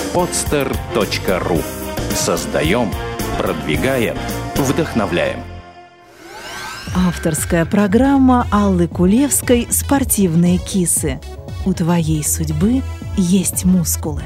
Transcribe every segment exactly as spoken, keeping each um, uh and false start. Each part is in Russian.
подстер точка ру. Создаем, продвигаем, вдохновляем. Авторская программа Аллы Кулевской «Спортивные кисы». У твоей судьбы есть мускулы.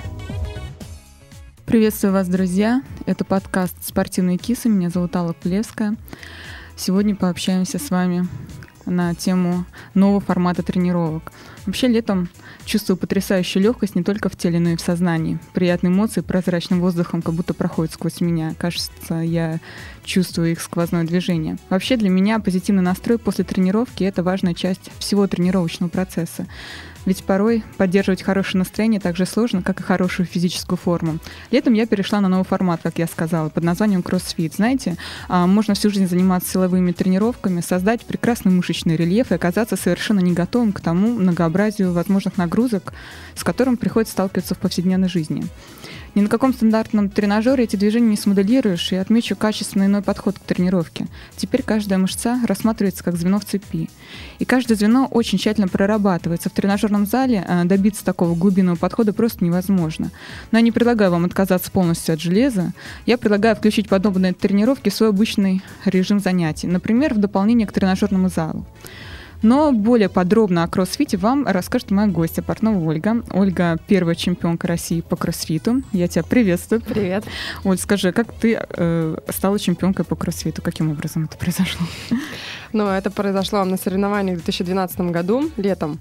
Приветствую вас, друзья. Это подкаст «Спортивные кисы». Меня зовут Алла Кулевская. Сегодня пообщаемся с вами на тему нового формата тренировок. Вообще летом чувствую потрясающую легкость не только в теле, но и в сознании. Приятные эмоции прозрачным воздухом как будто проходят сквозь меня. Кажется, я чувствую их сквозное движение. Вообще для меня позитивный настрой после тренировки – это важная часть всего тренировочного процесса. Ведь порой поддерживать хорошее настроение так же сложно, как и хорошую физическую форму. Летом я перешла на новый формат, как я сказала, под названием кроссфит. Знаете, можно всю жизнь заниматься силовыми тренировками, создать прекрасный мышечный рельеф и оказаться совершенно не готовым к тому многообразию возможных нагрузок, с которым приходится сталкиваться в повседневной жизни. Ни на каком стандартном тренажере эти движения не смоделируешь, и отмечу качественный иной подход к тренировке. Теперь каждая мышца рассматривается как звено в цепи. И каждое звено очень тщательно прорабатывается. В тренажерном зале добиться такого глубинного подхода просто невозможно. Но я не предлагаю вам отказаться полностью от железа. Я предлагаю включить подобные тренировки в свой обычный режим занятий. Например, в дополнение к тренажерному залу. Но более подробно о кроссфите вам расскажет моя гостья, Портнова Ольга. Ольга – первая чемпионка России по кроссфиту. Я тебя приветствую. Привет. Оль, скажи, как ты э, стала чемпионкой по кроссфиту? Каким образом это произошло? Ну, это произошло на соревнованиях в две тысячи двенадцатом году, летом.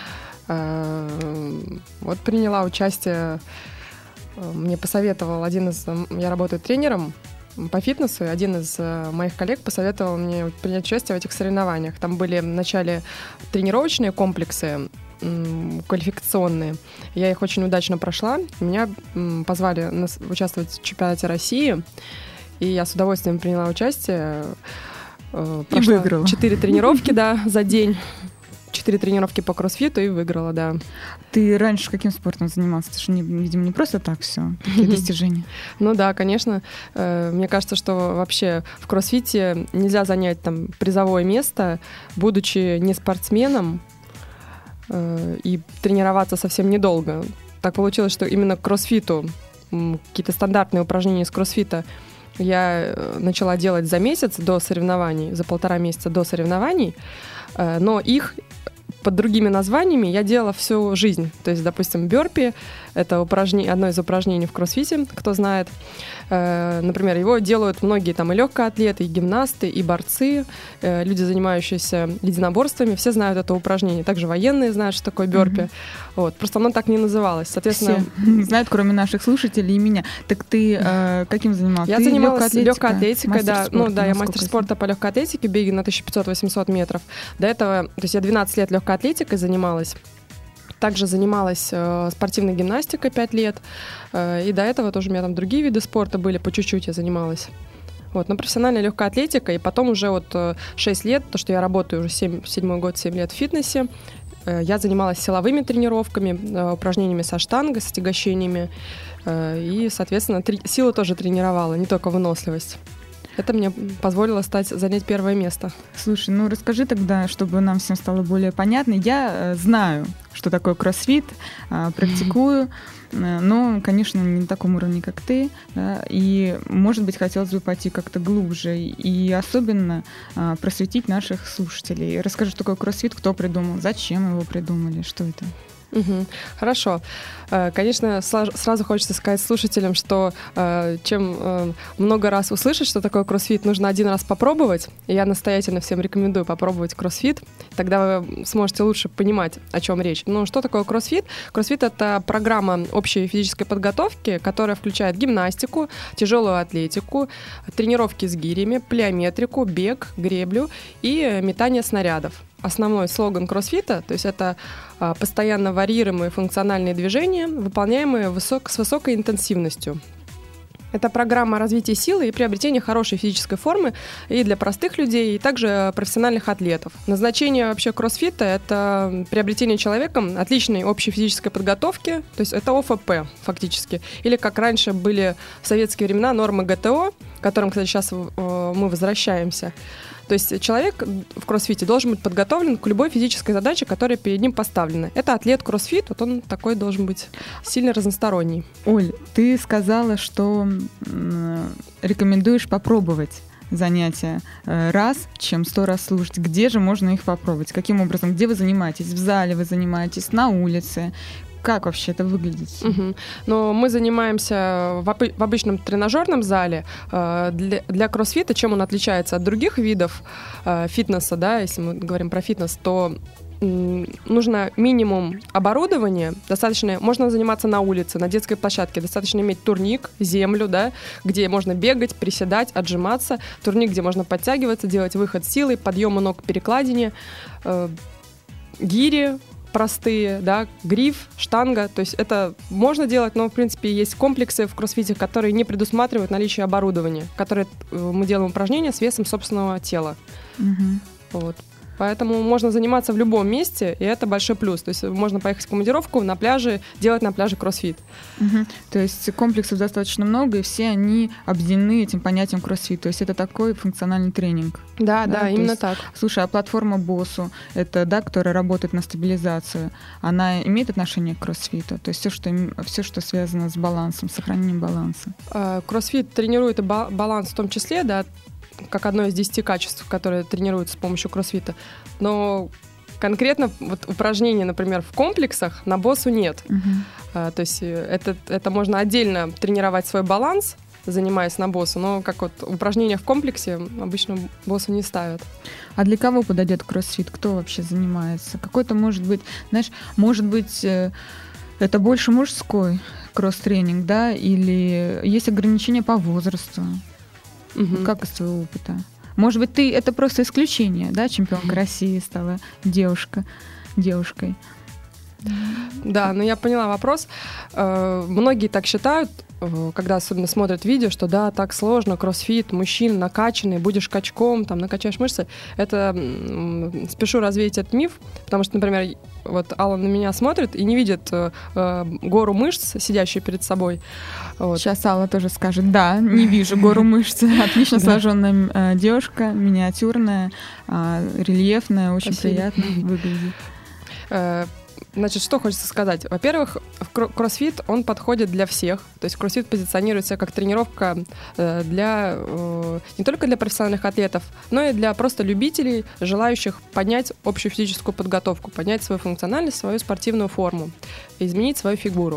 Э, вот приняла участие, мне посоветовал один из... Я работаю тренером по фитнесу, и один из моих коллег посоветовал мне принять участие в этих соревнованиях. Там были вначале тренировочные комплексы, квалификационные. Я их очень удачно прошла. Меня позвали участвовать в чемпионате России, и я с удовольствием приняла участие. И выиграла. Четыре тренировки, да, за день. Четыре тренировки по кроссфиту и выиграла, да. Ты раньше каким спортом занимался? Это же, не, видимо, не просто так все, такие достижения. Ну да, конечно. Мне кажется, что вообще в кроссфите нельзя занять там призовое место, будучи не спортсменом и тренироваться совсем недолго. Так получилось, что именно к кроссфиту, какие-то стандартные упражнения из кроссфита я начала делать за месяц до соревнований, за полтора месяца до соревнований, но их под другими названиями я делала всю жизнь. То есть, допустим, бёрпи — это упражнение, одно из упражнений в кроссфите, кто знает. Например, его делают многие там и легкоатлеты, и гимнасты, и борцы, люди, занимающиеся единоборствами, все знают это упражнение. Также военные знают, что такое бёрпи. Mm-hmm. Вот. Просто оно так не называлось. Соответственно, все знают, кроме наших слушателей и меня. Так ты э, каким занималась? Я ты занималась легкоатлетикой, да. Спорта, ну да, я мастер спорта по легкоатлетике, беги на тысяча пятьсот - восемьсот метров. До этого, то есть я двенадцать лет легкоатлетикой занималась. Также занималась э, спортивной гимнастикой пять лет. Э, и до этого тоже у меня там другие виды спорта были, по чуть-чуть я занималась. Вот, но профессиональная легкая атлетика. И потом уже вот э, шесть лет, то, что я работаю уже семь, седьмой год, семь лет в фитнесе, э, я занималась силовыми тренировками, э, упражнениями со штангой, с отягощениями. Э, и, соответственно, три, силу тоже тренировала, не только выносливость. Это мне позволило стать, занять первое место. Слушай, ну расскажи тогда, чтобы нам всем стало более понятно. Я э, знаю, что такое кроссфит, э, практикую, э, но, конечно, не на таком уровне, как ты. Да, и, может быть, хотелось бы пойти как-то глубже и особенно э, просветить наших слушателей. Расскажи, что такое кроссфит, кто придумал, зачем его придумали, что это? Угу. Хорошо. Конечно, сразу хочется сказать слушателям, что чем много раз услышать, что такое кроссфит, нужно один раз попробовать. И я настоятельно всем рекомендую попробовать кроссфит. Тогда вы сможете лучше понимать, о чем речь. Ну, что такое кроссфит? Кроссфит — это программа общей физической подготовки, которая включает гимнастику, тяжелую атлетику, тренировки с гирями, плеометрику, бег, греблю и метание снарядов. Основной слоган кроссфита, то есть это а, постоянно варьируемые функциональные движения, выполняемые высок, с высокой интенсивностью. Это программа развития силы и приобретения хорошей физической формы и для простых людей, и также профессиональных атлетов. Назначение вообще кроссфита – это приобретение человеком отличной общей физической подготовки, то есть это О Ф П фактически, или как раньше были в советские времена нормы Г Т О, к которым, кстати, сейчас мы возвращаемся. То есть человек в кроссфите должен быть подготовлен к любой физической задаче, которая перед ним поставлена. Это атлет кроссфит, вот он такой должен быть сильно разносторонний. Оль, ты сказала, что м, рекомендуешь попробовать занятия раз, чем сто раз слушать. Где же можно их попробовать? Каким образом? Где вы занимаетесь? В зале вы занимаетесь? На улице? Как вообще это выглядит? Угу. Но мы занимаемся в, обы- в обычном тренажерном зале. Э, для, для кроссфита, чем он отличается от других видов э, фитнеса, да, если мы говорим про фитнес, то м, нужно минимум оборудования, достаточно, можно заниматься на улице, на детской площадке, достаточно иметь турник, землю, да, где можно бегать, приседать, отжиматься, турник, где можно подтягиваться, делать выход силой, подъемы ног к перекладине, э, гири простые, да, гриф, штанга, то есть это можно делать, но, в принципе, есть комплексы в кроссфите, которые не предусматривают наличие оборудования, которые мы делаем упражнения с весом собственного тела. Угу. Вот. Поэтому можно заниматься в любом месте, и это большой плюс. То есть можно поехать в командировку на пляже, делать на пляже кроссфит. Угу. То есть комплексов достаточно много, и все они объединены этим понятием кроссфит. То есть это такой функциональный тренинг. Да, да, да, именно есть, так. Слушай, а платформа боссу, это, да, которая работает на стабилизацию, она имеет отношение к кроссфиту? То есть все, что, все, что связано с балансом, сохранением баланса? Кроссфит тренирует и баланс в том числе, да, как одно из десяти качеств, которые тренируются с помощью кроссфита. Но конкретно вот упражнения, например, в комплексах на боссу нет. Uh-huh. А, то есть это, это можно отдельно тренировать свой баланс, занимаясь на боссу, но как вот упражнения в комплексе обычно боссу не ставят. А для кого подойдет кроссфит? Кто вообще занимается? Какой-то, может быть, знаешь, может быть, это больше мужской кросс-тренинг, да, или есть ограничения по возрасту? Угу. Как из твоего опыта? Может быть, ты это просто исключение, да? Чемпионка России стала девушка, девушкой. Да, но я поняла вопрос. Многие так считают, когда особенно смотрят видео, что да, так сложно, кроссфит, мужчин накачанный, будешь качком, там, накачаешь мышцы. Это спешу развеять этот миф, потому что, например, вот Алла на меня смотрит и не видит э, гору мышц, сидящую перед собой. Вот. Сейчас Алла тоже скажет, да, не вижу гору мышц. Отлично сложенная э, девушка, миниатюрная, э, рельефная, очень Спасибо. Приятно выглядит. Э, Значит, что хочется сказать? Во-первых, кроссфит, он подходит для всех. То есть кроссфит позиционирует себя как тренировка для, не только для профессиональных атлетов, но и для просто любителей, желающих поднять общую физическую подготовку, поднять свою функциональность, свою спортивную форму, изменить свою фигуру.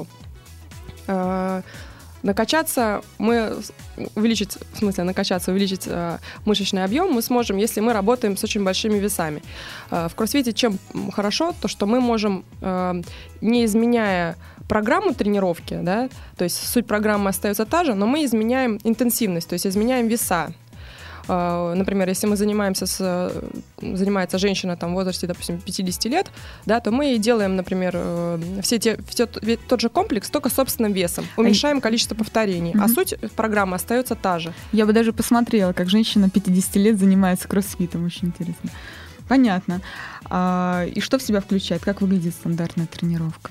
Накачаться мы увеличить, в смысле накачаться, увеличить э, мышечный объем мы сможем, если мы работаем с очень большими весами. Э, в кроссфите чем хорошо, то что мы можем, э, не изменяя программу тренировки, да, то есть суть программы остается та же, но мы изменяем интенсивность, то есть изменяем веса. Например, если мы занимаемся с, занимается женщина там, в возрасте, допустим, пятьдесят лет, да, то мы ей делаем, например, все те, все, тот же комплекс, только собственным весом. Уменьшаем количество повторений, mm-hmm. а суть программы остается та же. Я бы даже посмотрела, как женщина пятьдесят лет занимается кроссфитом. Очень интересно. Понятно. А, и что в себя включает? Как выглядит стандартная тренировка?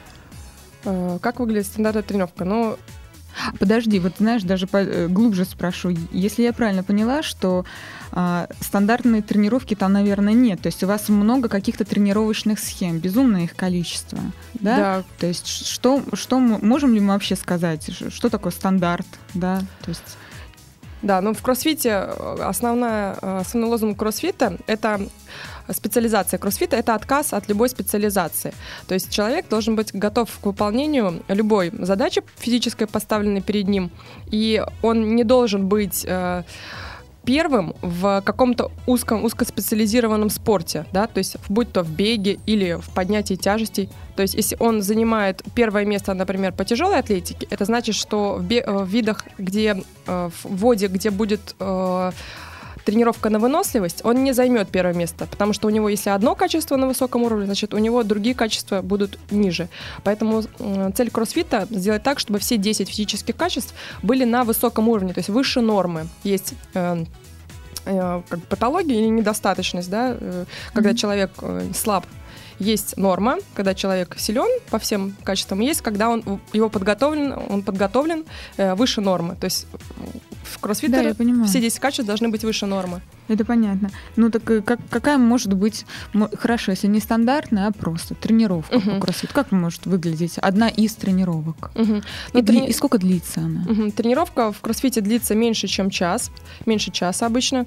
А, как выглядит стандартная тренировка? Ну, Подожди, вот знаешь, даже по, глубже спрошу. Если я правильно поняла, что а, стандартные тренировки там, наверное, нет. То есть у вас много каких-то тренировочных схем, безумное их количество. Да? Да. То есть что, что можем ли мы вообще сказать? Что такое стандарт? Да, то есть... Да, ну в кроссфите основная, основной лозунг кроссфита — это специализация кроссфита, это отказ от любой специализации. То есть человек должен быть готов к выполнению любой задачи физической, поставленной перед ним, и он не должен быть э, первым в каком-то узком, узкоспециализированном спорте, да, то есть будь то в беге или в поднятии тяжестей. То есть если он занимает первое место, например, по тяжелой атлетике, это значит, что в, бе- в видах, где э, в воде, где будет э, тренировка на выносливость, он не займет первое место, потому что у него, если одно качество на высоком уровне, значит, у него другие качества будут ниже. Поэтому э, цель кроссфита — сделать так, чтобы все десять физических качеств были на высоком уровне, то есть выше нормы. Есть э, э, как патология или недостаточность, да, э, когда mm-hmm. человек э, слаб. Есть норма, когда человек силен по всем качествам, есть, когда он его подготовлен, он подготовлен э, выше нормы. То есть в кроссфите да, все десять качеств должны быть выше нормы. Это понятно. Ну так как, какая может быть, хорошо, если не стандартная, а просто тренировка uh-huh. по кроссфиту? Как может выглядеть одна из тренировок? Uh-huh. Ну, и, трени... и сколько длится она? Uh-huh. Тренировка в кроссфите длится меньше, чем час, меньше часа обычно.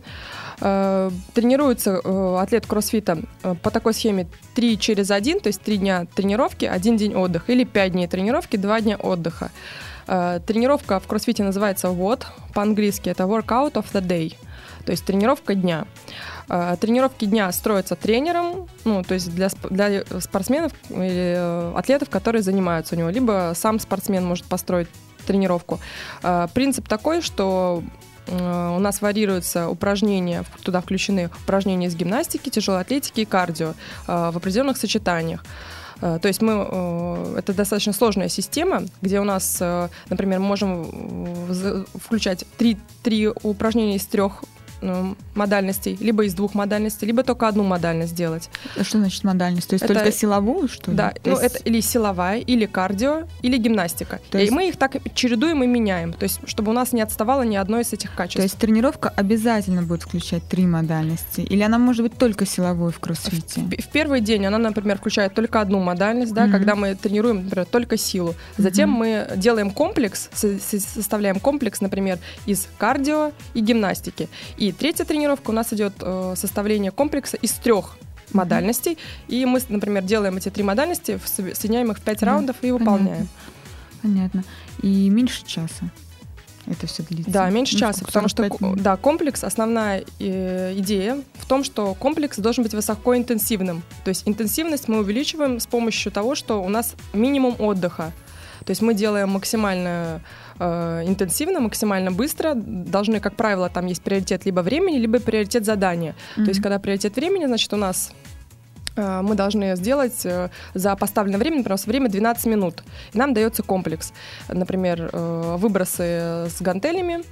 Э, тренируется э, атлет кроссфита э, по такой схеме три через один, то есть три дня тренировки, один день отдыха, или пять дней тренировки, два дня отдыха. Э, тренировка в кроссфите называется ви о ди, по-английски это Workout of the Day. То есть тренировка дня. Тренировки дня строятся тренером, ну, то есть для, для спортсменов или атлетов, которые занимаются у него, либо сам спортсмен может построить тренировку. Принцип такой, что у нас варьируются упражнения, туда включены упражнения из гимнастики, тяжелой атлетики и кардио в определенных сочетаниях. То есть мы, это достаточно сложная система, где у нас, например, мы можем включать три, три упражнения из трех модальностей, либо из двух модальностей, либо только одну модальность делать. Что значит модальность? То есть это, только силовую, что ли? Да, ну, есть... это или силовая, или кардио, или гимнастика. То есть... И мы их так чередуем и меняем, то есть чтобы у нас не отставало ни одно из этих качеств. То есть тренировка обязательно будет включать три модальности? Или она может быть только силовой в кроссфите? В, в первый день она, например, включает только одну модальность, да, mm-hmm. когда мы тренируем, например, только силу. Затем mm-hmm. мы делаем комплекс, составляем комплекс, например, из кардио и гимнастики. И И третья тренировка у нас идет э, составление комплекса из трех mm-hmm. модальностей. И мы, например, делаем эти три модальности, соединяем их в пять mm-hmm. раундов и выполняем. Понятно. И меньше часа это все длится? Да, меньше ну, часа, потому что да, комплекс, основная э, идея в том, что комплекс должен быть высокоинтенсивным. То есть интенсивность мы увеличиваем с помощью того, что у нас минимум отдыха. То есть мы делаем максимально э, интенсивно, максимально быстро. Должны, как правило, там есть приоритет либо времени, либо приоритет задания. Mm-hmm. То есть когда приоритет времени, значит, у нас э, мы должны сделать э, за поставленное время, например, время двенадцать минут. И нам дается комплекс. Например, э, выбросы с гантелями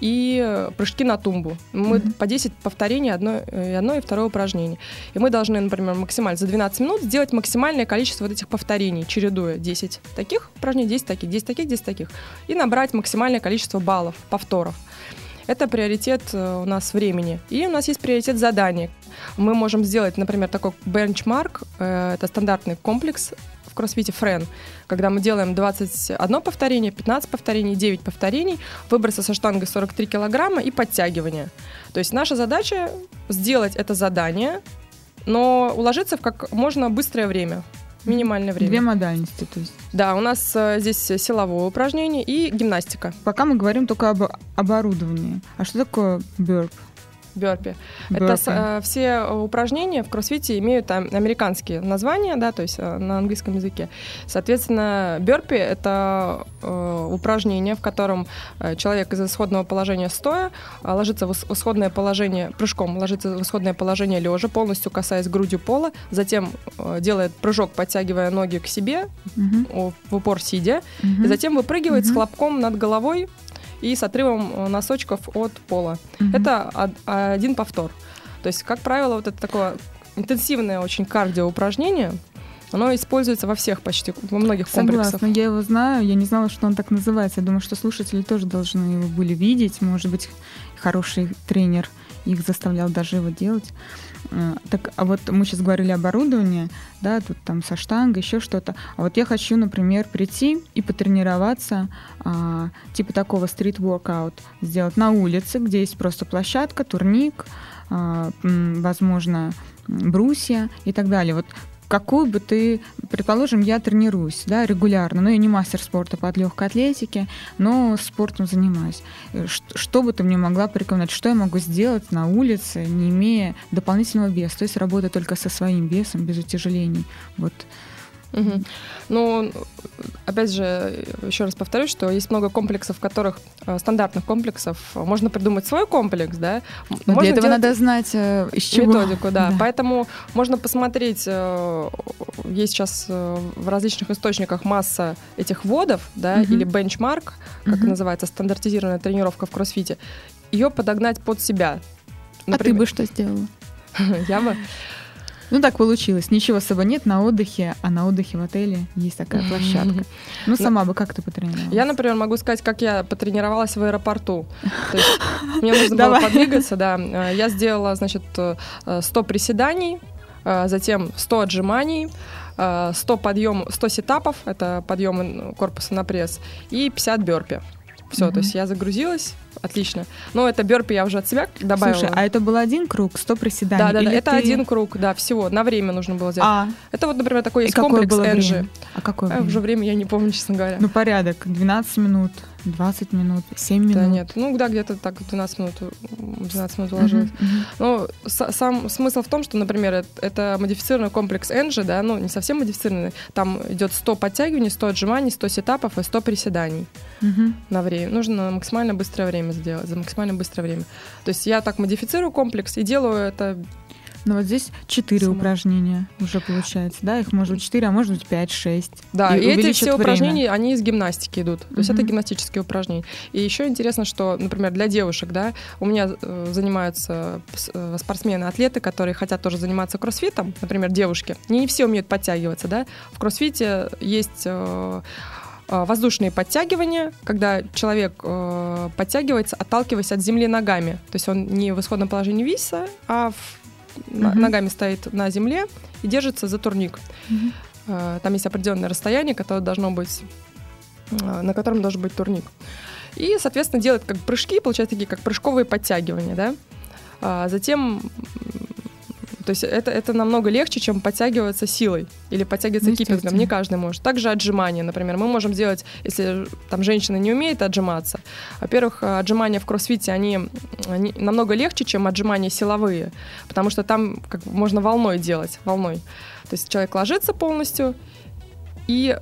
и прыжки на тумбу. Мы mm-hmm. по десять повторений одно, и одно и второе упражнение. И мы должны, например, максимально за двенадцать минут сделать максимальное количество вот этих повторений, чередуя десять таких упражнений, десять таких, десять таких, десять таких. И набрать максимальное количество баллов, повторов. Это приоритет у нас времени. И у нас есть приоритет заданий. Мы можем сделать, например, такой бенчмарк, это стандартный комплекс в кроссфите френ, когда мы делаем двадцать одно повторение, пятнадцать повторений, девять повторений, выбросы со штангой сорок три килограмма и подтягивания. То есть наша задача сделать это задание, но уложиться в как можно быстрое время, минимальное время. Две модальности, то есть. Да, у нас э, здесь силовое упражнение и гимнастика. Пока мы говорим только об оборудовании. А что такое бёрп? Бёрпи. Это э, все упражнения в кроссфите имеют там американские названия, да, то есть э, на английском языке. Соответственно, бёрпи — это э, упражнение, в котором э, человек из исходного положения стоя э, ложится в исходное положение, прыжком ложится в исходное положение лежа, полностью касаясь грудью пола, затем э, делает прыжок, подтягивая ноги к себе, uh-huh. в упор сидя, uh-huh. и затем выпрыгивает uh-huh. с хлопком над головой и с отрывом носочков от пола. Mm-hmm. Это один повтор. То есть, как правило, вот это такое интенсивное очень кардиоупражнение, оно используется во всех почти, во многих комплексах. Согласна, я его знаю, я не знала, что он так называется. Я думаю, что слушатели тоже должны его были видеть. Может быть, хороший тренер их заставлял даже его делать. Так, а вот мы сейчас говорили об оборудовании, да, тут там со штангой, еще что-то. А вот я хочу, например, прийти и потренироваться, а, типа такого стрит-воркаут сделать на улице, где есть просто площадка, турник, а, возможно, брусья и так далее. Вот какую бы ты, предположим, я тренируюсь, да, регулярно, но я не мастер спорта по легкой атлетике, но спортом занимаюсь. Что, что бы ты мне могла порекомендовать? Что я могу сделать на улице, не имея дополнительного веса, то есть работая только со своим весом, без утяжелений? Вот. Угу. Ну, опять же, еще раз повторюсь, что есть много комплексов, в которых стандартных комплексов можно придумать свой комплекс, да. Но для этого надо знать, из чего. Методику, да. да. Поэтому можно посмотреть, есть сейчас в различных источниках масса этих вводов, да, угу. или бенчмарк, как угу. называется, стандартизированная тренировка в кроссфите, ее подогнать под себя. Например, а ты бы что сделала? Я бы... Ну, так получилось. Ничего особо нет на отдыхе, а на отдыхе в отеле есть такая площадка. Ну, сама бы как ты потренировалась? Я, например, могу сказать, как я потренировалась в аэропорту. То есть мне нужно было подвигаться, да. Я сделала, значит, сто приседаний, затем сто отжиманий, сто подъем, сто сетапов, это подъем корпуса на пресс, и пятьдесят бёрпи. Все, mm-hmm. то есть я загрузилась, отлично. Но это бёрпи я уже от себя добавила. Слушай, а это был один круг, сто приседаний? Да, да, да, это ты... один круг, да, всего. На время нужно было сделать. А. Это вот, например, такой есть и комплекс эн джи. Время? А какое а, время? Уже время я не помню, честно говоря. Ну, порядок, двенадцать минут, двадцать минут, семь минут. Да нет, ну да, где-то так двенадцать минут, двенадцать минут уложилось. Uh-huh, uh-huh. Но с- сам смысл в том, что, например, это, это модифицированный комплекс эн джи, да, ну не совсем модифицированный, там идет сто подтягиваний, сто отжиманий, сто сетапов и сто приседаний uh-huh. на время. Нужно максимально быстрое время сделать, за максимально быстрое время. То есть я так модифицирую комплекс и делаю это... Ну вот здесь четыре Сама. упражнения уже получается, да? Их может быть четыре, а может быть пять-шесть. Да, и, и эти все время. упражнения, они из гимнастики идут. То uh-huh. есть это гимнастические упражнения. И еще интересно, что, например, для девушек, да, у меня э, занимаются э, спортсмены-атлеты, которые хотят тоже заниматься кроссфитом, например, девушки. Не все умеют подтягиваться, да. В кроссфите есть... Э, воздушные подтягивания, когда человек э, подтягивается, отталкиваясь от земли ногами. То есть он не в исходном положении виса, а в, uh-huh. ногами стоит на земле и держится за турник. Uh-huh. Э, там есть определенное расстояние, которое должно быть, э, на котором должен быть турник. И, соответственно, делает как прыжки, получается такие как прыжковые подтягивания. Да? А затем... То есть это, это намного легче, чем подтягиваться силой или подтягиваться киппингом. Не каждый может. Также отжимания, например. Мы можем делать, если там женщина не умеет отжиматься. Во-первых, отжимания в кроссфите, они, они намного легче, чем отжимания силовые, потому что там как можно волной делать, волной. То есть человек ложится полностью и,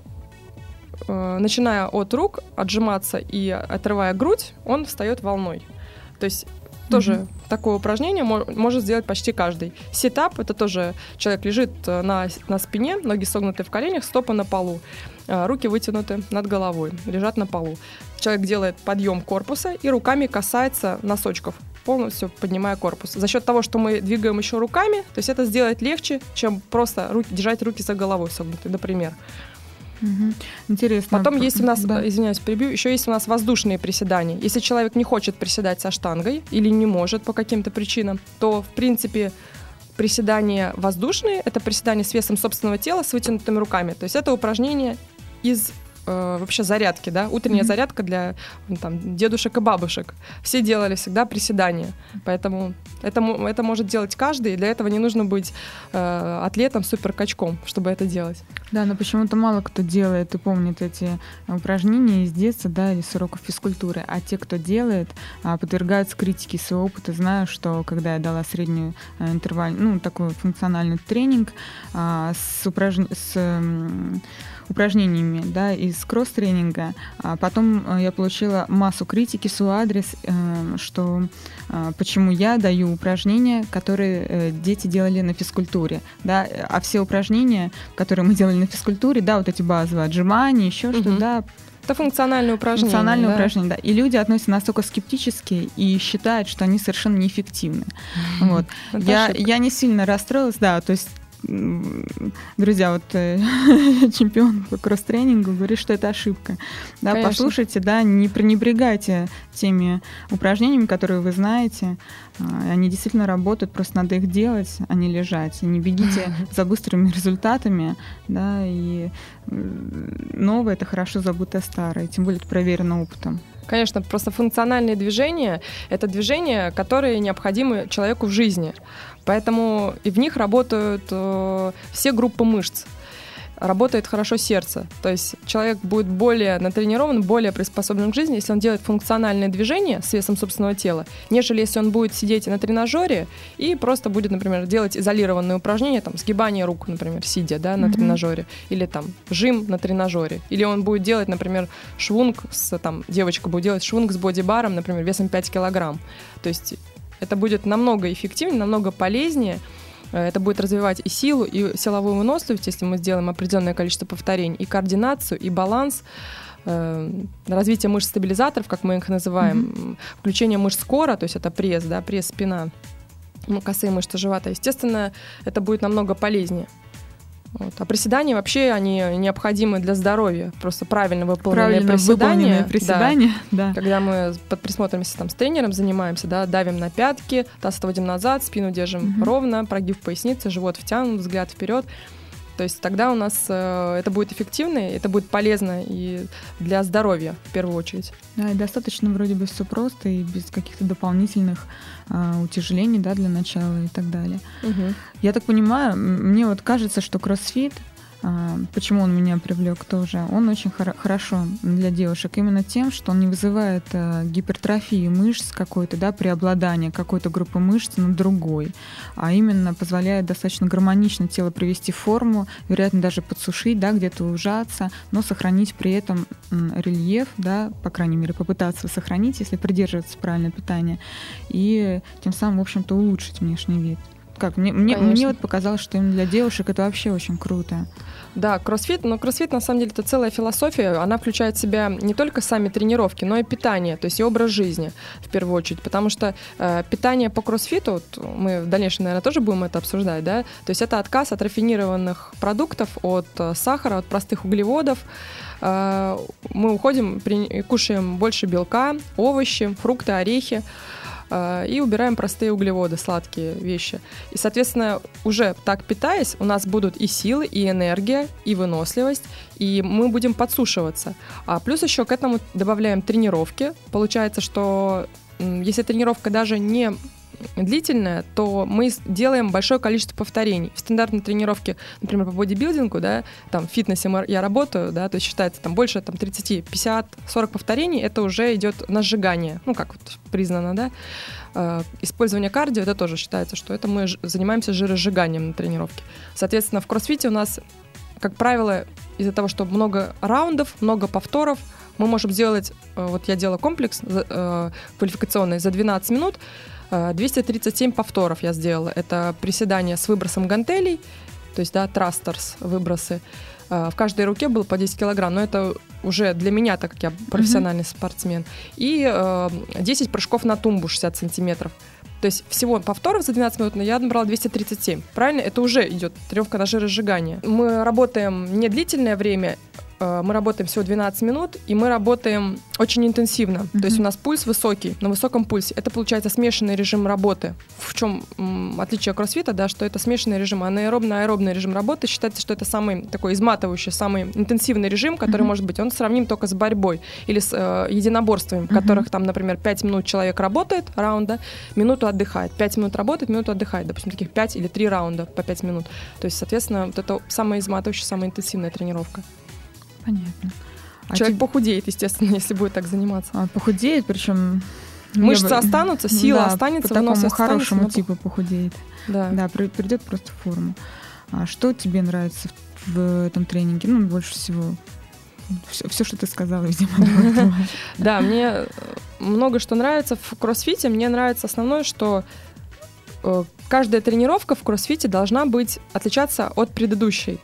э, начиная от рук, отжиматься и отрывая грудь, он встает волной. То есть тоже mm-hmm. такое упражнение может сделать почти каждый. Сетап — это тоже человек лежит на, на спине, ноги согнуты в коленях, стопы на полу, руки вытянуты над головой, лежат на полу. Человек делает подъем корпуса и руками касается носочков, полностью поднимая корпус. За счет того, что мы двигаем еще руками, то есть это сделать легче, чем просто руки, держать руки за головой согнутые, например. Угу. Интересно. Потом есть у нас, да. извиняюсь, перебью, еще есть у нас воздушные приседания. Если человек не хочет приседать со штангой или не может по каким-то причинам, то, в принципе, приседания воздушные — это приседания с весом собственного тела, с вытянутыми руками. То есть это упражнение из э, вообще зарядки, да, утренняя mm-hmm. зарядка для там, дедушек и бабушек. Все делали всегда приседания, поэтому это, это может делать каждый, и для этого не нужно быть э, атлетом, суперкачком, чтобы это делать. Да, но почему-то мало кто делает и помнит эти упражнения из детства, да, или с уроков физкультуры. А те, кто делает, подвергаются критике своего опыта. Знаю, что когда я дала среднюю интервальную, ну, такой функциональный тренинг с, упраж... с упражнениями, да, из кросс-тренинга, потом я получила массу критики в свой адрес, что почему я даю упражнения, которые дети делали на физкультуре, да, а все упражнения, которые мы делали на физкультуре, да, вот эти базовые отжимания, еще угу. что, да. Это функциональные упражнения. Функциональные да? упражнения, да. И люди относятся настолько скептически и считают, что они совершенно неэффективны. Mm-hmm. Вот. Я, я не сильно расстроилась, да, то есть друзья, вот э, чемпион по кросс-тренингу говорит, что это ошибка. Да, послушайте, да, не пренебрегайте теми упражнениями, которые вы знаете. Они действительно работают, просто надо их делать, а не лежать. И не бегите за быстрыми результатами, да, и новое — это хорошо забытое старое, тем более это проверено опытом. Конечно, просто функциональные движения — это движения, которые необходимы человеку в жизни. Поэтому и в них работают э, все группы мышц. Работает хорошо сердце. То есть человек будет более натренирован, более приспособлен к жизни, если он делает функциональные движения с весом собственного тела, нежели если он будет сидеть на тренажере и просто будет, например, делать изолированные упражнения, там, сгибание рук, например, сидя, да, на mm-hmm. тренажере, или там жим на тренажере. Или он будет делать, например, швунг, с, там, девочка будет делать швунг с бодибаром, например, весом пять килограмм. То есть это будет намного эффективнее, намного полезнее. Это будет развивать и силу, и силовую выносливость, если мы сделаем определенное количество повторений, и координацию, и баланс, э, развитие мышц-стабилизаторов, как мы их называем, mm-hmm. включение мышц кора, то есть это пресс, да, пресс, спина, ну, косые мышцы живота, естественно, это будет намного полезнее. Вот. А приседания вообще, они необходимы для здоровья. Просто правильно выполненные правильно приседания. приседания да, да. Когда мы под присмотром там, с тренером занимаемся, да, давим на пятки, таз отводим назад, спину держим угу. ровно, прогиб поясницы, живот втянут, взгляд вперед. То есть тогда у нас э, это будет эффективно, это будет полезно и для здоровья в первую очередь. Да, и достаточно вроде бы все просто и без каких-то дополнительных э, утяжелений, да, для начала и так далее. Угу. Я так понимаю, мне вот кажется, что кроссфит, почему он меня привлек тоже, он очень хор- хорошо для девушек именно тем, что он не вызывает э, гипертрофии мышц какой-то, да, преобладания какой-то группы мышц над другой, а именно позволяет достаточно гармонично тело привести в форму, вероятно, даже подсушить, да, где-то ужаться, но сохранить при этом м, рельеф, да, по крайней мере, попытаться сохранить, если придерживаться правильного питания, и тем самым, в общем-то, улучшить внешний вид. Как? Мне, мне, мне вот показалось, что именно для девушек это вообще очень круто. Да, кроссфит, но кроссфит на самом деле это целая философия, она включает в себя не только сами тренировки, но и питание, то есть и образ жизни в первую очередь, потому что э, питание по кроссфиту, вот мы в дальнейшем, наверное, тоже будем это обсуждать, да, то есть это отказ от рафинированных продуктов, от э, сахара, от простых углеводов, э, мы уходим, при, кушаем больше белка, овощи, фрукты, орехи, и убираем простые углеводы, сладкие вещи. И, соответственно, уже так питаясь, у нас будут и силы, и энергия, и выносливость, и мы будем подсушиваться. А плюс еще к этому добавляем тренировки. Получается, что если тренировка даже не длительная, то мы делаем большое количество повторений. В стандартной тренировке, например, по бодибилдингу, да, там в фитнесе я работаю, да, то есть считается там больше там, тридцать, пятьдесят, сорок повторений, это уже идет на сжигание, ну как вот признано, да. Э, использование кардио, это тоже считается, что это мы ж- занимаемся жиросжиганием на тренировке. Соответственно, в кроссфите у нас, как правило, из-за того, что много раундов, много повторов, мы можем сделать, э, вот я делала комплекс э, квалификационный за двенадцать минут, двести тридцать семь повторов я сделала. Это приседания с выбросом гантелей, то есть, да, трастерс, выбросы. В каждой руке было по десять килограмм, но это уже для меня, так как я профессиональный mm-hmm. спортсмен. И десять прыжков на тумбу шестьдесят сантиметров. То есть всего повторов за двенадцать минут, но я набрала двести тридцать семь. Правильно? Это уже идет тренировка на жиросжигание. Мы работаем не длительное время, мы работаем всего двенадцать минут, и мы работаем очень интенсивно. Mm-hmm. То есть у нас пульс высокий, на высоком пульсе. Это получается смешанный режим работы. В чем м, отличие кроссфита, да, что это смешанный режим, анаэробно-аэробный режим работы. Считается, что это самый такой изматывающий, самый интенсивный режим, который mm-hmm. может быть, он сравним только с борьбой или с э, единоборствами, в mm-hmm. которых там, например, пять минут человек работает, раунда, минуту отдыхает. пять минут работает, минуту отдыхает. Допустим, таких пять или три раунда по пять минут. То есть, соответственно, вот это самая изматывающая, самая интенсивная тренировка. Понятно. А Человек тебе... похудеет, естественно, если будет так заниматься. А, похудеет, причем... Мышцы останутся, сила да, останется, по такому вынос хорошему останется, типу похудеет. Да. Да, при, придет просто в форму. А что тебе нравится в, в этом тренинге? Ну, больше всего... Все, все, что ты сказала, видимо. Да, мне много что нравится в кроссфите. Мне нравится основное, что каждая тренировка в кроссфите должна быть отличаться от предыдущей.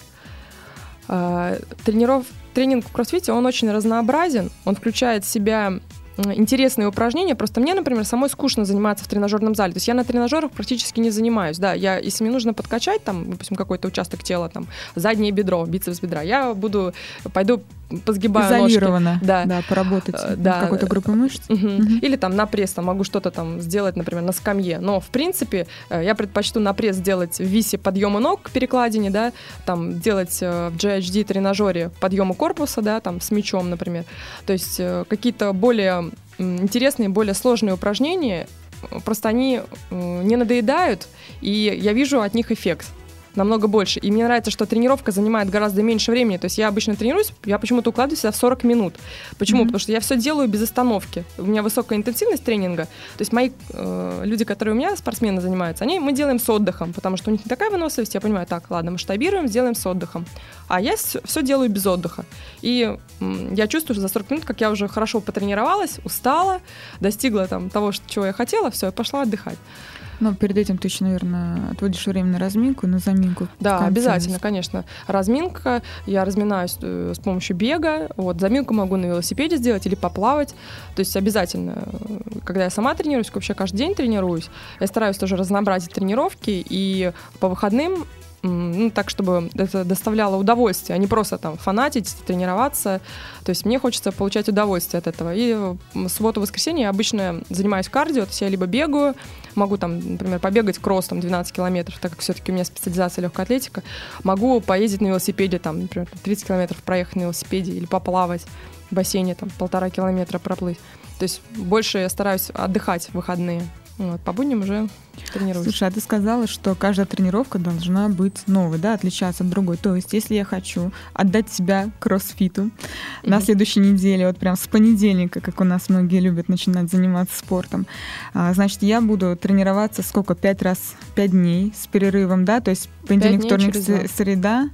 Трениров... Тренинг в кроссфите, он очень разнообразен, он включает в себя интересные упражнения. Просто мне, например, самой скучно заниматься в тренажерном зале. То есть я на тренажерах практически не занимаюсь. Да, я, если мне нужно подкачать, там, допустим, какой-то участок тела, там, заднее бедро, бицепс бедра, я буду, пойду позгибаю изолированно, ножки. Да. Да, поработать да. какой-то группой мышц. Угу. Угу. Или там на пресс, там, могу что-то там сделать, например, на скамье. Но, в принципе, я предпочту на пресс делать в висе подъемы ног к перекладине, да, там, делать в джи эйч ди тренажере подъемы корпуса, да, там, с мячом, например. То есть какие-то более интересные, более сложные упражнения, просто они не надоедают, и я вижу от них эффект намного больше. И мне нравится, что тренировка занимает гораздо меньше времени. То есть я обычно тренируюсь, я почему-то укладываюсь в сорок минут. Почему? Mm-hmm. Потому что я все делаю без остановки. У меня высокая интенсивность тренинга. То есть мои э, люди, которые у меня, спортсмены, занимаются, они, мы делаем с отдыхом, потому что у них не такая выносливость. Я понимаю, так, ладно, масштабируем, сделаем с отдыхом. А я все, все делаю без отдыха. И м, я чувствую, что за сорок минут, как я уже хорошо потренировалась, устала, достигла там того, чего я хотела, все, я пошла отдыхать. Но перед этим ты еще, наверное, отводишь время на разминку и на заминку. Да, обязательно, конечно. Разминка, я разминаюсь с помощью бега, вот, заминку могу на велосипеде сделать или поплавать, то есть обязательно, когда я сама тренируюсь, вообще каждый день тренируюсь, я стараюсь тоже разнообразить тренировки и по выходным, ну, так, чтобы это доставляло удовольствие, а не просто там фанатить, тренироваться. То есть мне хочется получать удовольствие от этого. И в субботу-воскресенье я обычно занимаюсь кардио, то есть я либо бегаю, могу там, например, побегать кросс там двенадцать километров, так как все-таки у меня специализация легкая атлетика, могу поездить на велосипеде, там, например, тридцать километров проехать на велосипеде или поплавать в бассейне, там, полтора километра проплыть. То есть больше я стараюсь отдыхать в выходные. Вот, по будням уже тренируюсь. Слушай, а ты сказала, что каждая тренировка должна быть новой, да, отличаться от другой. То есть, если я хочу отдать себя кроссфиту mm-hmm. на следующей неделе, вот прям с понедельника, как у нас многие любят начинать заниматься спортом, а, значит, я буду тренироваться сколько? Пять раз, пять дней с перерывом, да? То есть понедельник, вторник, среда.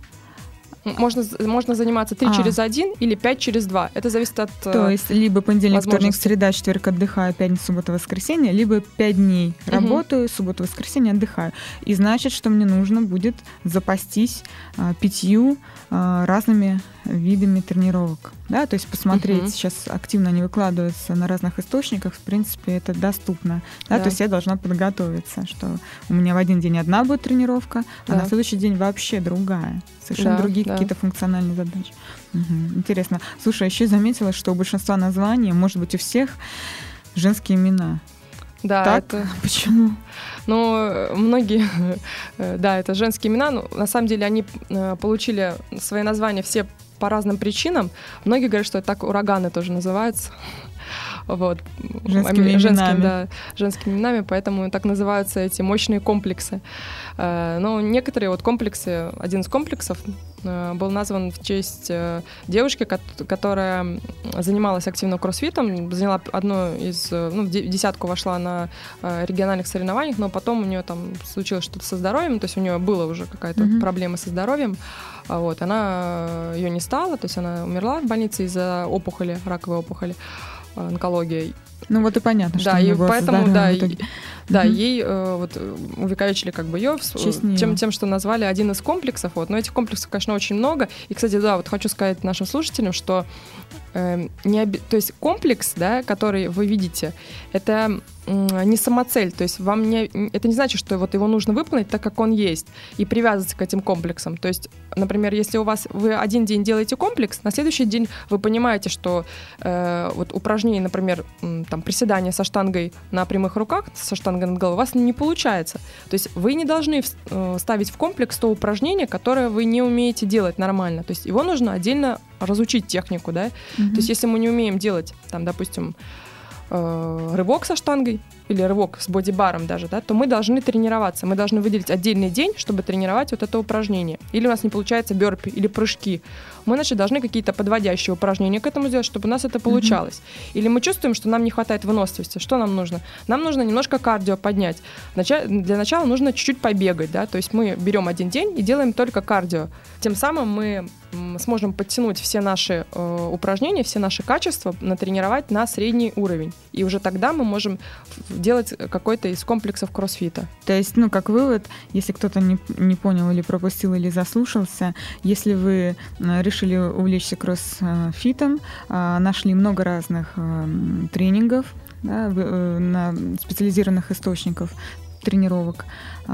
Можно, можно заниматься три а. через один или пять через два. Это зависит от То есть либо понедельник, вторник, среда, четверг отдыхаю, пятница, суббота, воскресенье, либо пять дней угу. работаю, суббота, воскресенье отдыхаю. И значит, что мне нужно будет запастись а, пятью а, разными видами тренировок. Да? То есть посмотреть, угу. сейчас активно они выкладываются на разных источниках, в принципе, это доступно. Да? Да. То есть я должна подготовиться, что у меня в один день одна будет тренировка, да. а на следующий день вообще другая. Совершенно да, другие да. какие-то функциональные задачи. Угу. Интересно. Слушай, еще заметила, что у большинства названий, может быть, у всех женские имена. Да, так? Это... Почему? Ну, многие, да, это женские имена, но на самом деле они получили свои названия все по разным причинам. Многие говорят, что это так ураганы тоже называются. Вот. Женскими, женскими, именами. Да, женскими именами, поэтому так называются эти мощные комплексы. Но некоторые вот комплексы, один из комплексов был назван в честь девушки, которая занималась активно кроссфитом, заняла одну из, ну, в десятку вошла на региональных соревнованиях, но потом у нее там случилось что-то со здоровьем, то есть у нее была уже какая-то mm-hmm. проблема со здоровьем, вот, она ее не стала, то есть она умерла в больнице из-за опухоли, раковой опухоли, онкология. Ну вот и понятно, что да, у и поэтому да, и, да, угу. ей э, вот увековечили как бы ее тем, тем, что назвали один из комплексов. Вот. Но этих комплексов, конечно, очень много. И, кстати, да, вот хочу сказать нашим слушателям, что э, не оби... то есть комплекс, да, который вы видите, это э, не самоцель. То есть вам не... это не значит, что вот его нужно выполнить так, как он есть, и привязываться к этим комплексам. То есть, например, если у вас вы один день делаете комплекс, на следующий день вы понимаете, что э, вот упражнение, например, там приседания со штангой на прямых руках, со штангой над головой, у вас не получается. То есть вы не должны э, ставить в комплекс то упражнение, которое вы не умеете делать нормально. То есть его нужно отдельно разучить технику, да. Mm-hmm. То есть если мы не умеем делать, там, допустим, э, рывок со штангой или рывок с бодибаром даже, да, то мы должны тренироваться. Мы должны выделить отдельный день, чтобы тренировать вот это упражнение. Или у нас не получается бёрпи или прыжки. Мы, значит, должны какие-то подводящие упражнения к этому сделать, чтобы у нас это получалось. Mm-hmm. Или мы чувствуем, что нам не хватает выносливости. Что нам нужно? Нам нужно немножко кардио поднять. Для начала нужно чуть-чуть побегать, да, то есть мы берем один день и делаем только кардио. Тем самым мы сможем подтянуть все наши э, упражнения, все наши качества, натренировать на средний уровень. И уже тогда мы можем делать какой-то из комплексов кроссфита. То есть, ну, как вывод, если кто-то не, не понял или пропустил, или заслушался, если вы решили увлечься кроссфитом, нашли много разных тренингов, да, на специализированных источников тренировок,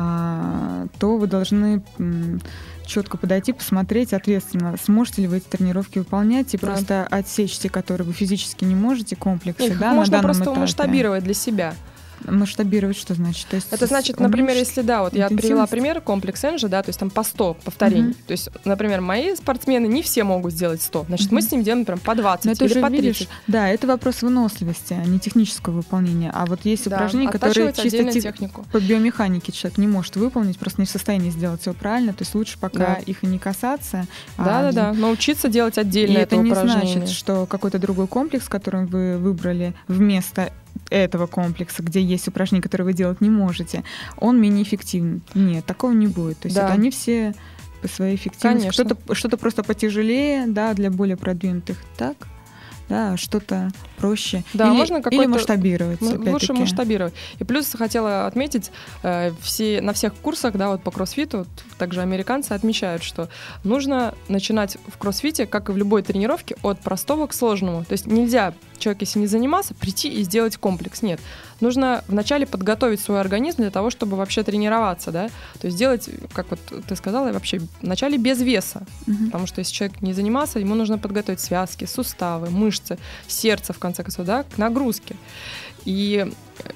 то вы должны четко подойти, посмотреть ответственно, сможете ли вы эти тренировки выполнять, и да. просто отсечь те, которые вы физически не можете, комплексы. Их да, можно на просто этапе. масштабировать для себя. Масштабировать что значит? То есть это значит, например, если, да, вот я привела пример, комплекс Энджи, да, то есть там по сто повторений. Uh-huh. То есть, например, мои спортсмены не все могут сделать сто. Значит, uh-huh. мы с ним делаем прям по двадцать или по тридцать. Видишь, да, это вопрос выносливости, а не технического выполнения. А вот есть да, упражнения, которые чисто технику. по биомеханике человек не может выполнить, просто не в состоянии сделать все правильно. То есть лучше пока да. их и не касаться. Да-да-да, а научиться делать отдельно это упражнение. И это не значит, что какой-то другой комплекс, который вы выбрали вместо этого комплекса, где есть упражнения, которые вы делать не можете, он менее эффективен. Нет, такого не будет. То есть да. это они все по своей эффективности. Кто-то, что-то просто потяжелее, да, для более продвинутых. Так? да, что-то проще. Да, или, можно или масштабировать. Лучше масштабировать. И плюс хотела отметить, э, все, на всех курсах, да, вот по кроссфиту, также американцы отмечают, что нужно начинать в кроссфите, как и в любой тренировке, от простого к сложному. То есть нельзя, человек, если не занимался, прийти и сделать комплекс. Нет. Нужно вначале подготовить свой организм для того, чтобы вообще тренироваться, да. То есть сделать, как вот ты сказала, вообще вначале без веса. Mm-hmm. Потому что если человек не занимался, ему нужно подготовить связки, суставы, мышцы, сердце, в конце концов, да, к нагрузке. И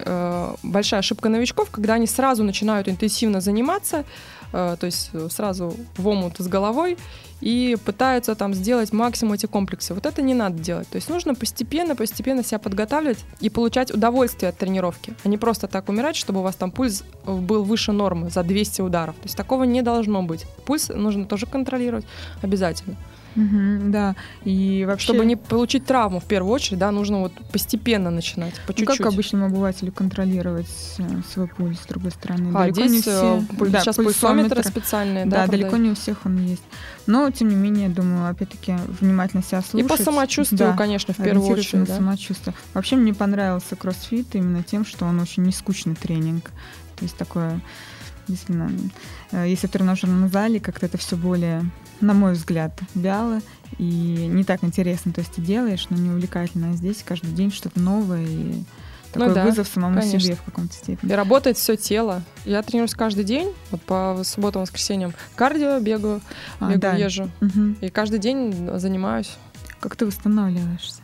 э, большая ошибка новичков, когда они сразу начинают интенсивно заниматься, э, то есть сразу в омут с головой, и пытаются там сделать максимум эти комплексы. Вот это не надо делать. То есть нужно постепенно, постепенно себя подготавливать и получать удовольствие от тренировки, а не просто так умирать, чтобы у вас там пульс был выше нормы за двести ударов. То есть такого не должно быть. Пульс нужно тоже контролировать обязательно. Угу, да, и вообще... Чтобы не получить травму, в первую очередь, да, нужно вот постепенно начинать, по чуть-чуть. Ну, как обычному обывателю контролировать свой пульс, с другой стороны? А, далеко здесь не все... пульс, да, сейчас пульсометры специальные, да, да, далеко не у всех он есть. Но, тем не менее, думаю, опять-таки, внимательно себя слушать. И по самочувствию, да, конечно, в первую очередь. Да. Самочувствие. Вообще, мне понравился кроссфит именно тем, что он очень нескучный тренинг. То есть такое, действительно, если в тренажерном зале как-то это все более... на мой взгляд, вяло и не так интересно. То есть ты делаешь, но не увлекательно. А здесь каждый день что-то новое и такой ну да, вызов самому конечно. себе в каком-то степени. И работает все тело. Я тренируюсь каждый день, вот по субботам, воскресеньям. Кардио бегаю, а, бегаю, да. езжу. Угу. И каждый день занимаюсь. Как ты восстанавливаешься?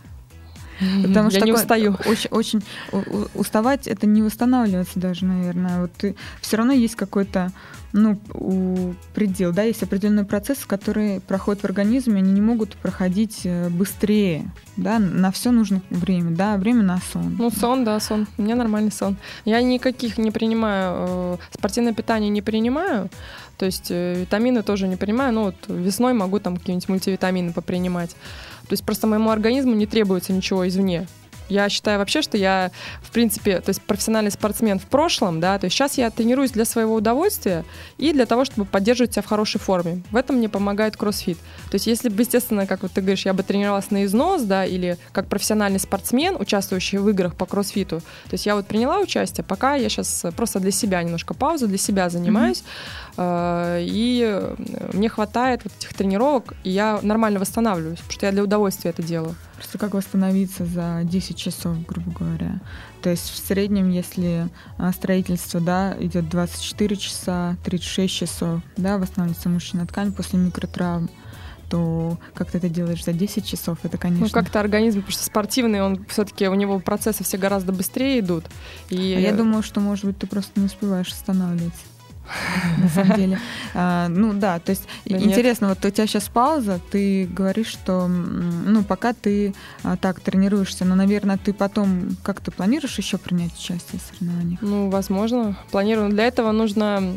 Потому что я не устаю. Очень, очень уставать — это не восстанавливаться даже, наверное. Вот ты, все равно есть какой-то ну, предел, да, есть определенные процессы, которые проходят в организме, они не могут проходить быстрее, да, на все нужно время, да, время на сон. Ну, сон, да, сон. У меня нормальный сон. Я никаких не принимаю, спортивное питание не принимаю, то есть витамины тоже не принимаю, ну, вот весной могу там какие-нибудь мультивитамины попринимать. То есть просто моему организму не требуется ничего извне. Я считаю вообще, что я, в принципе, то есть профессиональный спортсмен в прошлом, да, то есть сейчас я тренируюсь для своего удовольствия и для того, чтобы поддерживать себя в хорошей форме. В этом мне помогает кроссфит. То есть если бы, естественно, как вот ты говоришь, я бы тренировалась на износ, да, или как профессиональный спортсмен, участвующий в играх по кроссфиту, то есть я вот приняла участие, пока я сейчас просто для себя немножко паузу, для себя занимаюсь, mm-hmm. э- и мне хватает вот этих тренировок, и я нормально восстанавливаюсь, потому что я для удовольствия это делаю. Просто как восстановиться за десять часов, грубо говоря. То есть в среднем, если строительство, да, идет двадцать четыре часа, тридцать шесть часов, да, восстанавливается мышечная ткань после микротравм, то как ты это делаешь за десять часов, это, конечно... Ну, как-то организм, потому что спортивный, он все-таки, у него процессы все гораздо быстрее идут. И... А я думаю, что, может быть, ты просто не успеваешь останавливаться. На самом деле. А, ну да, то есть да интересно, нет. Вот у тебя сейчас пауза, ты говоришь, что ну пока ты а, так тренируешься, но, наверное, ты потом, как ты планируешь еще принять участие в соревнованиях? Ну, возможно, планирую. Для этого нужно,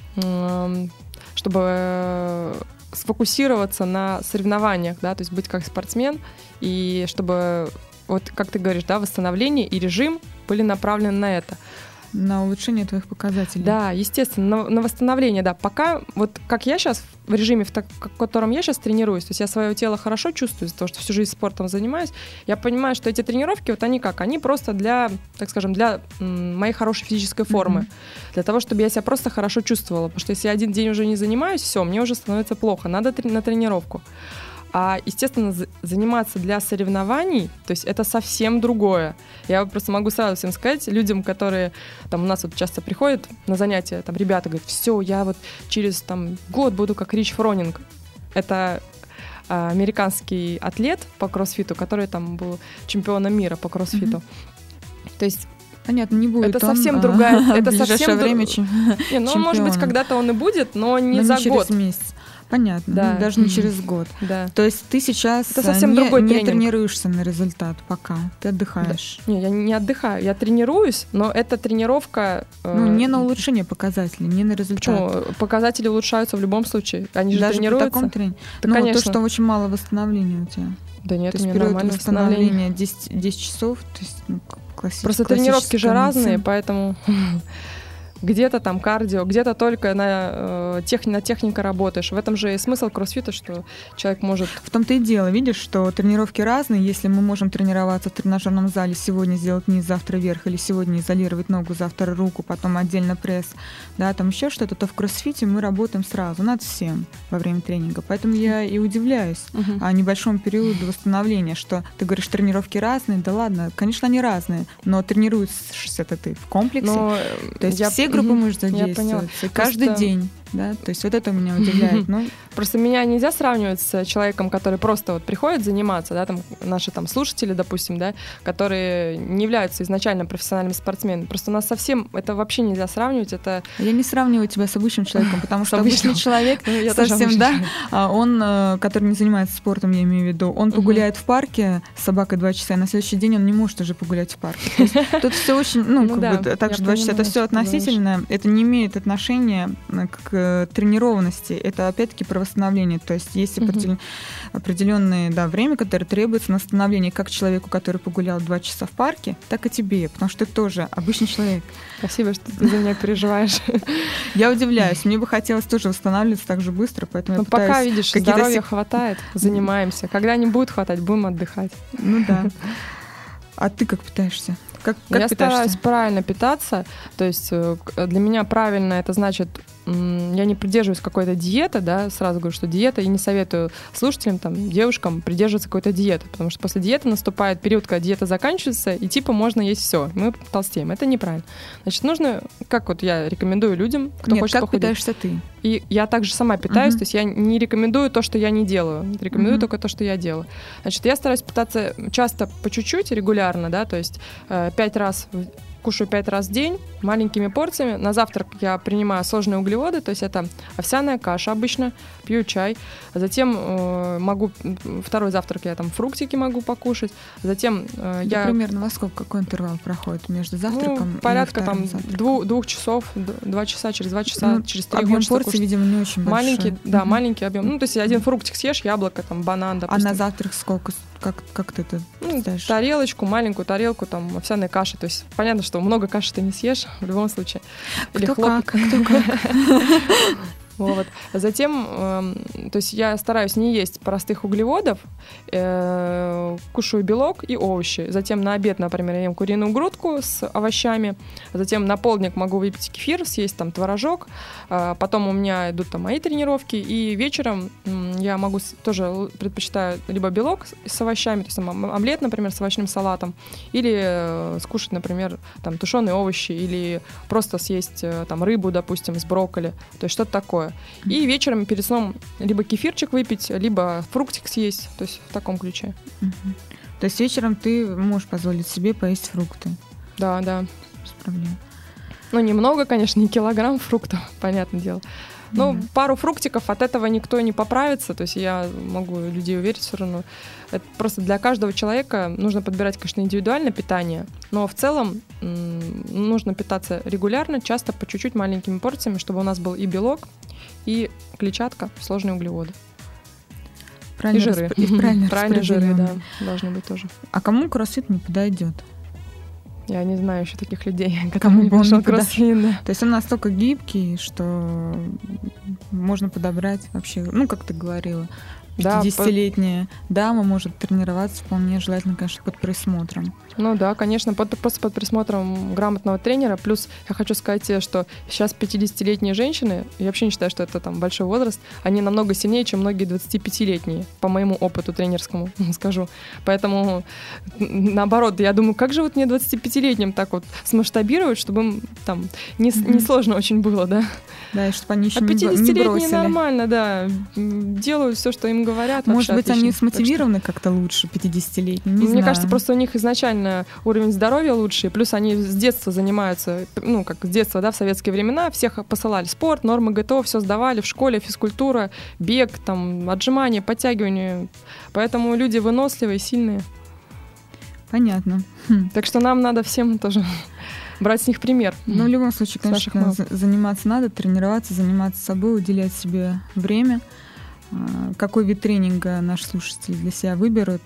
чтобы сфокусироваться на соревнованиях, да, то есть быть как спортсмен, и чтобы, вот как ты говоришь, да, восстановление и режим были направлены на это. На улучшение твоих показателей. Да, естественно, на, на восстановление, да. Пока, вот как я сейчас в режиме, в, так, в котором я сейчас тренируюсь, то есть я свое тело хорошо чувствую из-за того, что всю жизнь спортом занимаюсь, я понимаю, что эти тренировки, вот они как? Они просто для, так скажем, для м, моей хорошей физической формы. Mm-hmm. Для того, чтобы я себя просто хорошо чувствовала. Потому что если я один день уже не занимаюсь, все, мне уже становится плохо, надо трени- на тренировку. А, естественно, заниматься для соревнований, то есть это совсем другое. Я просто могу сразу всем сказать, людям, которые там у нас вот часто приходят на занятия, там ребята говорят, все, я вот через там год буду как Рич Фронинг. Это а, американский атлет по кроссфиту, который там был чемпионом мира по кроссфиту. Mm-hmm. То есть понятно, не будет. Это он, совсем другая. А, Это в ближайшее совсем время друг... чем... Не, ну, может быть, когда-то он и будет, но не но за не год. Через месяц. Понятно, да. ну, даже не через год. Да. То есть ты сейчас это совсем не, другой не тренируешься на результат пока, ты отдыхаешь. Да. Не, я не отдыхаю, я тренируюсь, но эта тренировка... Ну, не на улучшение показателей, не на результат. Почему? Показатели улучшаются в любом случае, они же даже тренируются. Даже при таком тренинге? Да, ну, конечно. То, что очень мало восстановления у тебя. Да нет, то у меня есть период нормальное восстановления десять, десять часов, то есть ну, классическое. Просто тренировки же разные, поэтому... где-то там кардио, где-то только на, э, тех, на технике работаешь. В этом же и смысл кроссфита, что человек может... В том-то и дело, видишь, что тренировки разные. Если мы можем тренироваться в тренажерном зале, сегодня сделать низ, завтра вверх, или сегодня изолировать ногу, завтра руку, потом отдельно пресс, да, там еще что-то, то в кроссфите мы работаем сразу, над всем во время тренинга. Поэтому я и удивляюсь uh-huh. о небольшом периоде восстановления, что ты говоришь, тренировки разные, да ладно, конечно, они разные, но тренируешься-то ты в комплексе. Но то есть я, все группы мышц задействуются каждый Просто... день. Да, то есть вот это меня удивляет. Ну, просто меня нельзя сравнивать с человеком, который просто вот приходит заниматься, да, там наши там слушатели, допустим, да, которые не являются изначально профессиональными спортсменами. Просто у нас совсем это вообще нельзя сравнивать. Это я не сравниваю тебя с обычным человеком, потому что обычный человек совсем, да, он, который не занимается спортом, я имею в виду, он погуляет в парке с собакой два часа, и на следующий день он не может уже погулять в парке. Тут все очень, ну, как бы также два часа, это все относительно, это не имеет отношения к тренированности, это опять-таки про восстановление. То есть есть uh-huh. определенное да, время, которое требуется на восстановление как человеку, который погулял два часа в парке, так и тебе, потому что ты тоже обычный человек. Спасибо, что ты за меня переживаешь. Я удивляюсь, мне бы хотелось тоже восстанавливаться так же быстро, поэтому я пытаюсь... Пока, видишь, здоровья хватает, занимаемся. Когда не будет хватать, будем отдыхать. Ну да. А ты как питаешься? Как, как я питаешься? стараюсь правильно питаться. То есть для меня правильно это значит, я не придерживаюсь какой-то диеты, да, сразу говорю, что диета, и не советую слушателям, там, девушкам придерживаться какой-то диеты, потому что после диеты наступает период, когда диета заканчивается, и типа можно есть все, мы толстеем. Это неправильно. Значит, нужно, как вот я рекомендую людям, кто Нет, хочет как похудеть. Питаешься ты? И я также сама питаюсь, uh-huh. то есть я не рекомендую то, что я не делаю, рекомендую uh-huh. только то, что я делаю. Значит, я стараюсь питаться часто по чуть-чуть, регулярно, да, то есть э, пять раз в кушаю пять раз в день маленькими порциями. На завтрак я принимаю сложные углеводы, то есть это овсяная каша обычно, пью чай. Затем э, могу второй завтрак я там фруктики могу покушать. Затем э, да я примерно во сколько какой интервал проходит между завтраком ну, порядка и там двух, двух часов, два часа, через два часа, ну, через три объем порции, кушать. Видимо, не очень маленький, большой. Да, uh-huh. маленький объем. Ну, то есть один фруктик съешь, яблоко, там, банан, допустим. А на завтрак сколько? Как, как ты это ну, тарелочку, маленькую тарелку, там, овсяной каши. То есть понятно, что много каши ты не съешь в любом случае. Или кто хлоп... как, кто как. Вот. Затем, э, то есть я стараюсь не есть простых углеводов, э, кушаю белок и овощи. Затем на обед, например, я ем куриную грудку с овощами. Затем на полдник могу выпить кефир, съесть там творожок. Э, потом у меня идут там мои тренировки. И вечером э, я могу с, тоже предпочитаю либо белок с, с овощами, то есть там, омлет, например, с овощным салатом, или э, скушать, например, там тушеные овощи, или просто съесть э, там рыбу, допустим, с брокколи. То есть что-то такое. И вечером перед сном либо кефирчик выпить, либо фруктик съесть. То есть в таком ключе. Uh-huh. То есть вечером ты можешь позволить себе поесть фрукты? Да, да. Без проблем. Ну, немного, конечно, не килограмм фруктов, понятное дело. Но mm-hmm. пару фруктиков, от этого никто не поправится. То есть я могу людей уверить все равно. Это просто для каждого человека нужно подбирать, конечно, индивидуальное питание. Но в целом м- нужно питаться регулярно, часто по чуть-чуть маленькими порциями, чтобы у нас был и белок, и клетчатка, сложные углеводы. Правильно и жиры. Расп... И правильно правильно жиры, да, должны быть тоже. А кому кроссфит не подойдет? Я не знаю еще таких людей, кому не пошел кроссфит. Да. То есть он настолько гибкий, что можно подобрать вообще, ну, как ты говорила, пятидесятилетняя да, дама может тренироваться вполне желательно, конечно, под присмотром. Ну да, конечно, под, просто под присмотром грамотного тренера. Плюс я хочу сказать, что сейчас пятидесятилетние женщины, я вообще не считаю, что это там большой возраст, они намного сильнее, чем многие двадцатипятилетние, по моему опыту тренерскому скажу. Поэтому, наоборот, я думаю, как же вот мне двадцатипятилетним так вот смасштабировать, чтобы им там не, mm-hmm. не сложно очень было, да? Да, и чтобы они еще а не бросили. А пятидесятилетние нормально, да, делают все, что им говорят. Может быть, отлично. Они смотивированы что... как-то лучше, пятидесятилетние, не Мне знаю. кажется, просто у них изначально уровень здоровья лучше, плюс они с детства занимаются, ну, как с детства, да, в советские времена, всех посылали спорт, нормы ГТО, все сдавали в школе, физкультура, бег, там, отжимания, подтягивания. Поэтому люди выносливые, сильные. Понятно. Так что нам надо всем тоже брать с них пример. Ну, в любом случае, конечно, заниматься надо, тренироваться, заниматься собой, уделять себе время. Какой вид тренинга наш слушатель для себя выберет,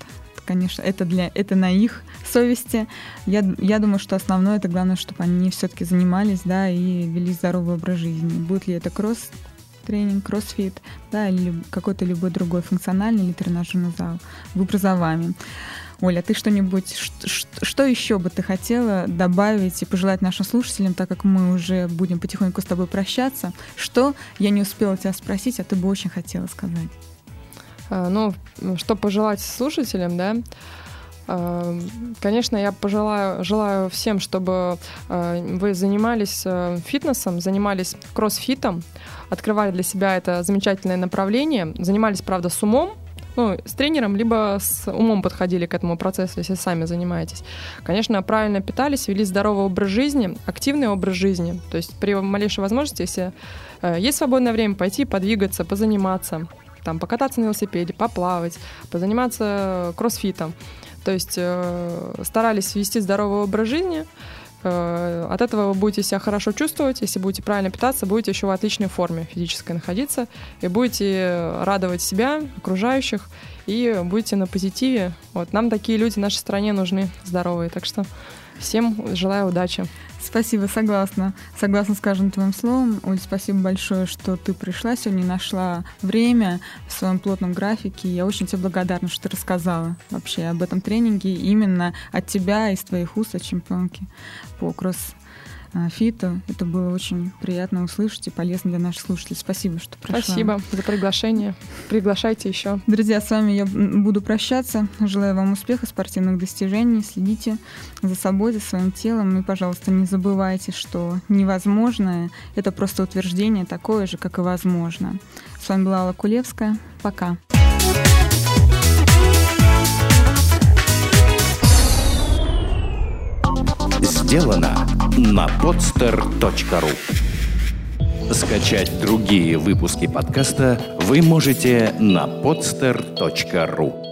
конечно, это, для, это на их совести. Я, я думаю, что основное, это главное, чтобы они все-таки занимались, да, и вели здоровый образ жизни. Будет ли это кросс-тренинг, кроссфит, да, или какой-то любой другой функциональный или тренажерный зал. Выбор за вами. Оля, ты что-нибудь, что, что еще бы ты хотела добавить и пожелать нашим слушателям, так как мы уже будем потихоньку с тобой прощаться? Что я не успела тебя спросить, а ты бы очень хотела сказать? А, ну, что пожелать слушателям, да? А, конечно, я пожелаю, желаю всем, чтобы а, вы занимались а, фитнесом, занимались кроссфитом, открывали для себя это замечательное направление, занимались, правда, с умом, ну, с тренером, либо с умом подходили к этому процессу, если сами занимаетесь. Конечно, правильно питались, вели здоровый образ жизни, активный образ жизни. То есть при малейшей возможности, если э, есть свободное время, пойти подвигаться, позаниматься, там, покататься на велосипеде, поплавать, позаниматься кроссфитом. То есть э, старались вести здоровый образ жизни. От этого вы будете себя хорошо чувствовать, если будете правильно питаться, будете еще в отличной форме физической находиться, и будете радовать себя, окружающих, и будете на позитиве. Вот. Нам такие люди в нашей стране нужны, здоровые, так что всем желаю удачи. Спасибо, согласна. Согласна с каждым твоим словом. Оль, спасибо большое, что ты пришла сегодня, нашла время в своем плотном графике. Я очень тебе благодарна, что ты рассказала вообще об этом тренинге именно от тебя, из твоих уст, от чемпионки по кроссфиту. Это было очень приятно услышать и полезно для наших слушателей. Спасибо, что пришла. Спасибо за приглашение. Приглашайте еще. Друзья, с вами я буду прощаться. Желаю вам успеха, спортивных достижений. Следите за собой, за своим телом. И, пожалуйста, не забывайте, что невозможное — это просто утверждение такое же, как и возможно. С вами была Алла Кулевская. Пока. Сделано на подстер точка ру. Скачать другие выпуски подкаста вы можете на подстер точка ру.